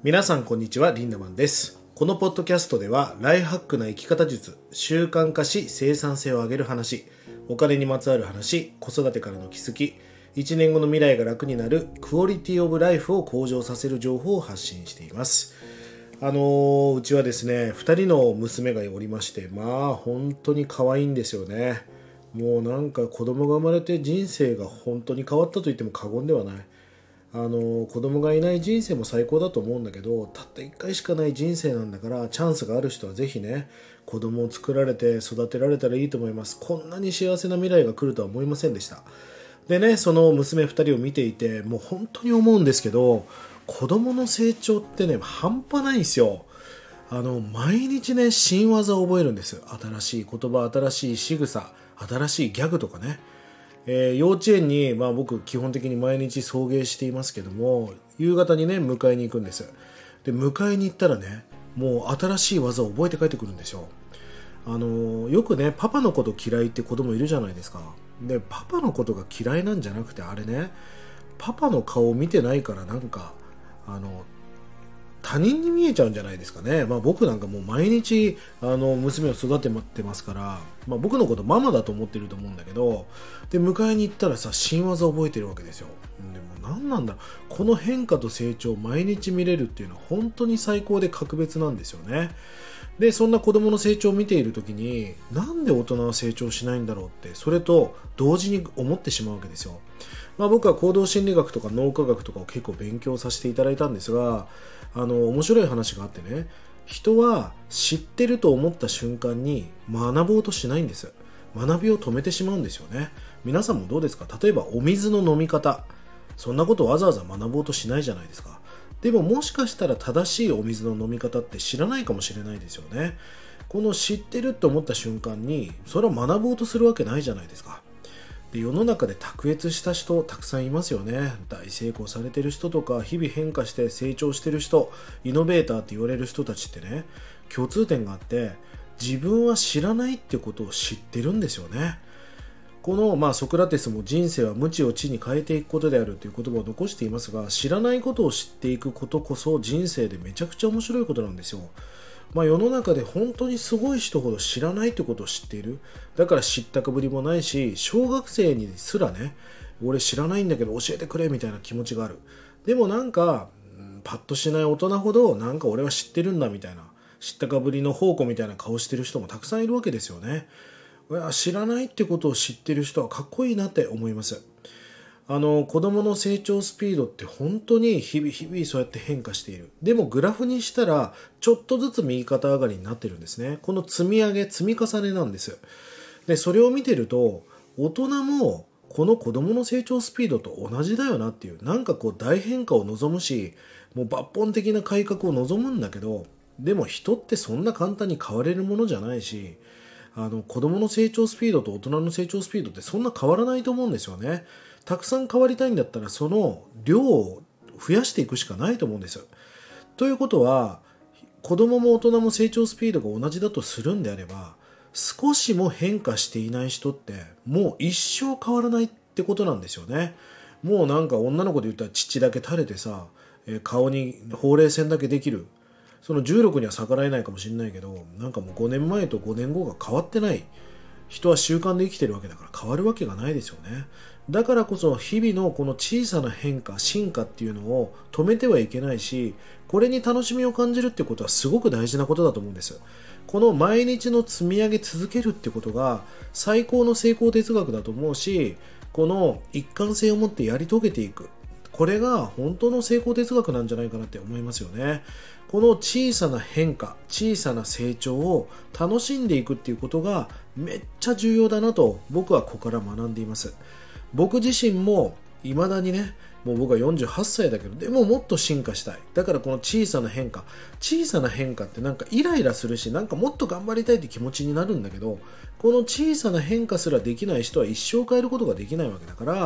皆さんこんにちは、リンダマンです。このポッドキャストではライフハックな生き方術、習慣化し生産性を上げる話、お金にまつわる話、子育てからの気づき、1年後の未来が楽になるクオリティオブライフを向上させる情報を発信しています。うちはですね、2人の娘がおりまして、本当に可愛いんですよね。もうなんか子供が生まれて人生が本当に変わったと言っても過言ではない。子供がいない人生も最高だと思うんだけど、たった1回しかない人生なんだから、チャンスがある人はぜひね、子供を作られて育てられたらいいと思います。こんなに幸せな未来が来るとは思いませんでした。でね、その娘2人を見ていて、もう本当に思うんですけど、子供の成長ってね、半端ないんですよ。毎日ね、新技を覚えるんです。新しい言葉、新しい仕草、新しいギャグとかね。幼稚園に、僕基本的に毎日送迎していますけども、夕方にね迎えに行くんです。で迎えに行ったらね、もう新しい技を覚えて帰ってくるんですよ。よくね、パパのこと嫌いって子供いるじゃないですか。でパパのことが嫌いなんじゃなくて、あれね、パパの顔を見てないから、なんか他人に見えちゃうんじゃないですかね。僕なんかもう毎日娘を育ててますから、僕のことママだと思ってると思うんだけど、で迎えに行ったらさ、新技覚えてるわけですよ。でも何なんだろう、この変化と成長を毎日見れるっていうのは本当に最高で格別なんですよね。でそんな子供の成長を見ている時に、なんで大人は成長しないんだろうって、それと同時に思ってしまうわけですよ。僕は行動心理学とか脳科学とかを結構勉強させていただいたんですが、面白い話があってね、人は知ってると思った瞬間に学ぼうとしないんです。学びを止めてしまうんですよね。皆さんもどうですか？例えばお水の飲み方、そんなことわざわざ学ぼうとしないじゃないですか。でももしかしたら正しいお水の飲み方って知らないかもしれないですよね。この知ってると思った瞬間に、それを学ぼうとするわけないじゃないですか。で世の中で卓越した人たくさんいますよね。大成功されてる人とか、日々変化して成長してる人、イノベーターって言われる人たちってね、共通点があって、自分は知らないってことを知ってるんですよね。この、ソクラテスも人生は無知を知に変えていくことであるという言葉を残していますが、知らないことを知っていくことこそ人生でめちゃくちゃ面白いことなんですよ。世の中で本当にすごい人ほど知らないってことを知っている。だから知ったかぶりもないし、小学生にすらね、俺知らないんだけど教えてくれみたいな気持ちがある。でもなんかパッとしない大人ほど、なんか俺は知ってるんだみたいな、知ったかぶりの宝庫みたいな顔してる人もたくさんいるわけですよね。知らないってことを知ってる人はかっこいいなって思います。子供の成長スピードって本当に日々そうやって変化している。でもグラフにしたらちょっとずつ右肩上がりになってるんですね。この積み上げ積み重ねなんです。でそれを見てると、大人もこの子供の成長スピードと同じだよなっていう、なんか大変化を望むし、もう抜本的な改革を望むんだけど、でも人ってそんな簡単に変われるものじゃないし、子供の成長スピードと大人の成長スピードってそんな変わらないと思うんですよね。たくさん変わりたいんだったら、その量を増やしていくしかないと思うんです。ということは、子供も大人も成長スピードが同じだとするんであれば、少しも変化していない人ってもう一生変わらないってことなんですよね。もうなんか女の子で言ったら乳だけ垂れてさ、顔にほうれい線だけできる、その重力には逆らえないかもしれないけど、なんかもう5年前と5年後が変わってない。人は習慣で生きてるわけだから変わるわけがないですよね。だからこそ日々のこの小さな変化、進化っていうのを止めてはいけないし、これに楽しみを感じるってことはすごく大事なことだと思うんです。この毎日の積み上げ続けるってことが最高の成功哲学だと思うし、この一貫性を持ってやり遂げていく、これが本当の成功哲学なんじゃないかなって思いますよね。この小さな変化、小さな成長を楽しんでいくっていうことがめっちゃ重要だなと僕はここから学んでいます。僕自身も未だにね、もう僕は48歳だけど、でももっと進化したい。だからこの小さな変化ってなんかイライラするし、なんかもっと頑張りたいって気持ちになるんだけど、この小さな変化すらできない人は一生変えることができないわけだから、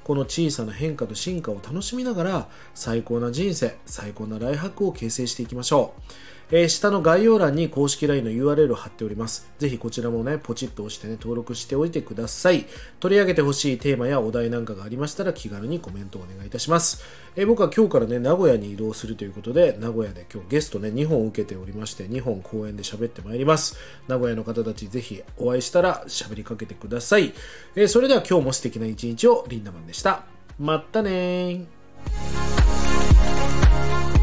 この小さな変化と進化を楽しみながら最高な人生、最高なライフハックを形成していきましょう。下の概要欄に公式 LINE の URL を貼っております。ぜひこちらもね、ポチッと押してね、登録しておいてください。取り上げてほしいテーマやお題なんかがありましたら気軽にコメントをお願いいたします。僕は今日からね、名古屋に移動するということで、名古屋で今日ゲストね、2本受けておりまして、2本公演で喋ってまいります。名古屋の方たちぜひお会いしたら喋りかけてください。それでは今日も素敵な一日を。リンダマンでした。またねー。